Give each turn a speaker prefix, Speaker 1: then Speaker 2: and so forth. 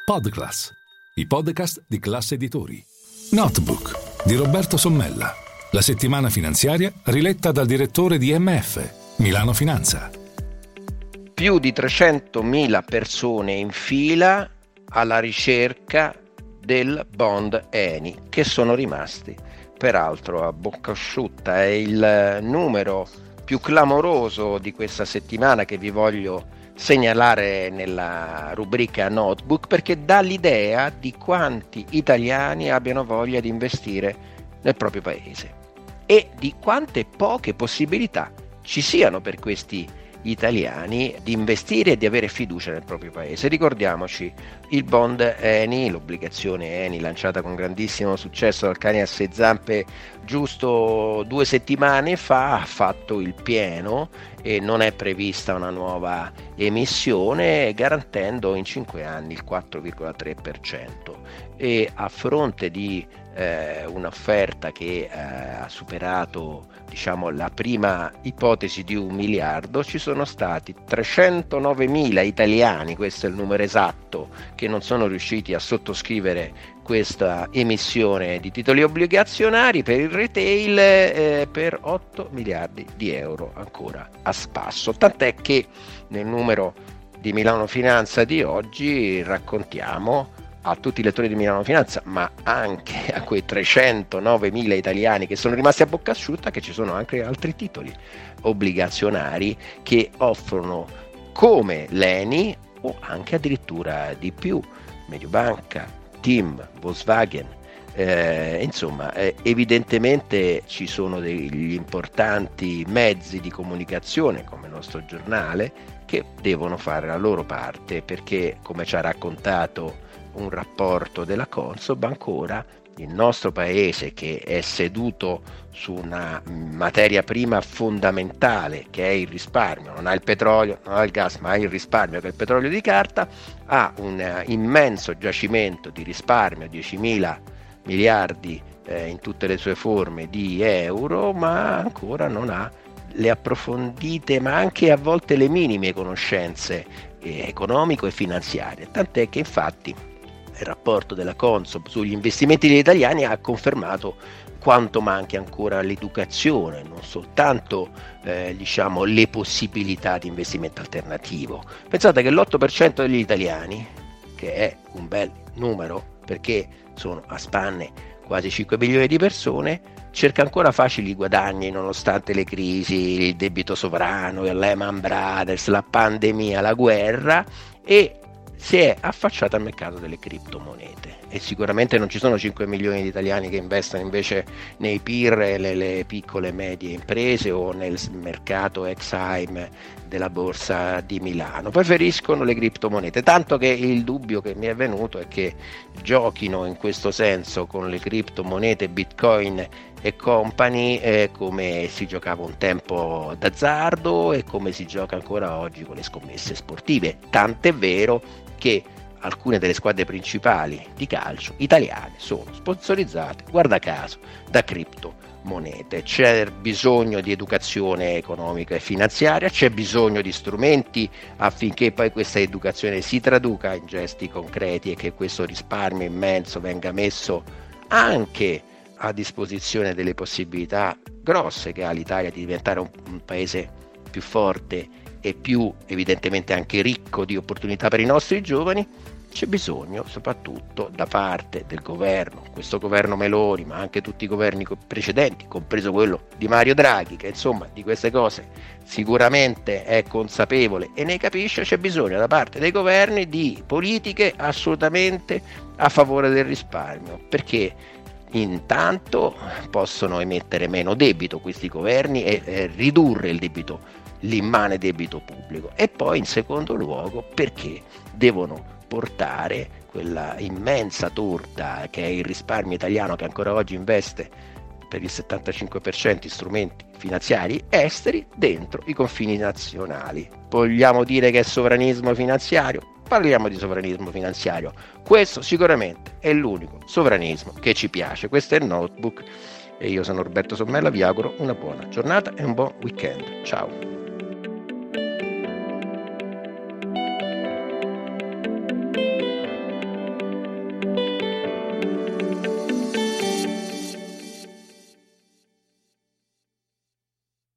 Speaker 1: Podclass, i podcast di Classe Editori. Notebook di Roberto Sommella, la settimana finanziaria riletta dal direttore di MF, Milano Finanza.
Speaker 2: Più di 300.000 persone in fila alla ricerca del bond ENI, che sono rimasti peraltro a bocca asciutta. È il numero più clamoroso di questa settimana che vi voglio segnalare nella rubrica Notebook, perché dà l'idea di quanti italiani abbiano voglia di investire nel proprio paese e di quante poche possibilità ci siano per questi italiani di investire e di avere fiducia nel proprio paese. Ricordiamoci il bond ENI, l'obbligazione ENI lanciata con grandissimo successo dal cane a sei zampe giusto 2 settimane fa, ha fatto il pieno e non è prevista una nuova emissione, garantendo in 5 anni il 4,3%, e a fronte di un'offerta che ha superato la prima ipotesi di 1 miliardo, ci sono stati 309.000 italiani, questo è il numero esatto, che non sono riusciti a sottoscrivere questa emissione di titoli obbligazionari per il retail per 8 miliardi di euro ancora a spasso, tant'è che nel numero di Milano Finanza di oggi raccontiamo a tutti i lettori di Milano Finanza, ma anche a quei 309.000 italiani che sono rimasti a bocca asciutta, che ci sono anche altri titoli obbligazionari che offrono, come l'ENI o anche addirittura di più, Mediobanca, TIM, Volkswagen. Evidentemente ci sono degli importanti mezzi di comunicazione come il nostro giornale che devono fare la loro parte, perché, come ci ha raccontato un rapporto della Consob, ancora il nostro paese, che è seduto su una materia prima fondamentale che è il risparmio, non ha il petrolio, non ha il gas, ma ha il risparmio, che è il petrolio di carta, ha un immenso giacimento di risparmio, 10.000 miliardi in tutte le sue forme di euro, ma ancora non ha le approfondite, ma anche a volte le minime conoscenze economico e finanziarie, tant'è che infatti il rapporto della Consob sugli investimenti degli italiani ha confermato quanto manchi ancora l'educazione, non soltanto le possibilità di investimento alternativo. Pensate che l'8% degli italiani, che è un bel numero perché sono a spanne quasi 5 milioni di persone, cerca ancora facili guadagni nonostante le crisi, il debito sovrano, il Lehman Brothers, la pandemia, la guerra, e si è affacciata al mercato delle criptomonete. E sicuramente non ci sono 5 milioni di italiani che investono invece nei PIR, le piccole e medie imprese, o nel mercato ex-AIM della borsa di Milano. Preferiscono le criptomonete, tanto che il dubbio che mi è venuto è che giochino in questo senso con le criptomonete, Bitcoin e company, come si giocava un tempo d'azzardo e come si gioca ancora oggi con le scommesse sportive. Tant'è vero che alcune delle squadre principali di calcio italiane sono sponsorizzate, guarda caso, da criptomonete. C'è bisogno di educazione economica e finanziaria, c'è bisogno di strumenti affinché poi questa educazione si traduca in gesti concreti e che questo risparmio immenso venga messo anche a disposizione delle possibilità grosse che ha l'Italia di diventare un paese più forte e più evidentemente anche ricco di opportunità per i nostri giovani. C'è bisogno soprattutto da parte del governo, questo governo Meloni, ma anche tutti i governi precedenti, compreso quello di Mario Draghi, che insomma di queste cose sicuramente è consapevole e ne capisce. C'è bisogno da parte dei governi di politiche assolutamente a favore del risparmio, perché intanto possono emettere meno debito questi governi e ridurre il debito, l'immane debito pubblico, e poi in secondo luogo perché devono portare quella immensa torta che è il risparmio italiano, che ancora oggi investe per il 75% in strumenti finanziari esteri dentro i confini nazionali. Vogliamo dire che è sovranismo finanziario? Parliamo di sovranismo finanziario. Questo sicuramente è l'unico sovranismo che ci piace. Questo è il Notebook e io sono Roberto Sommella, vi auguro una buona giornata e un buon weekend. Ciao.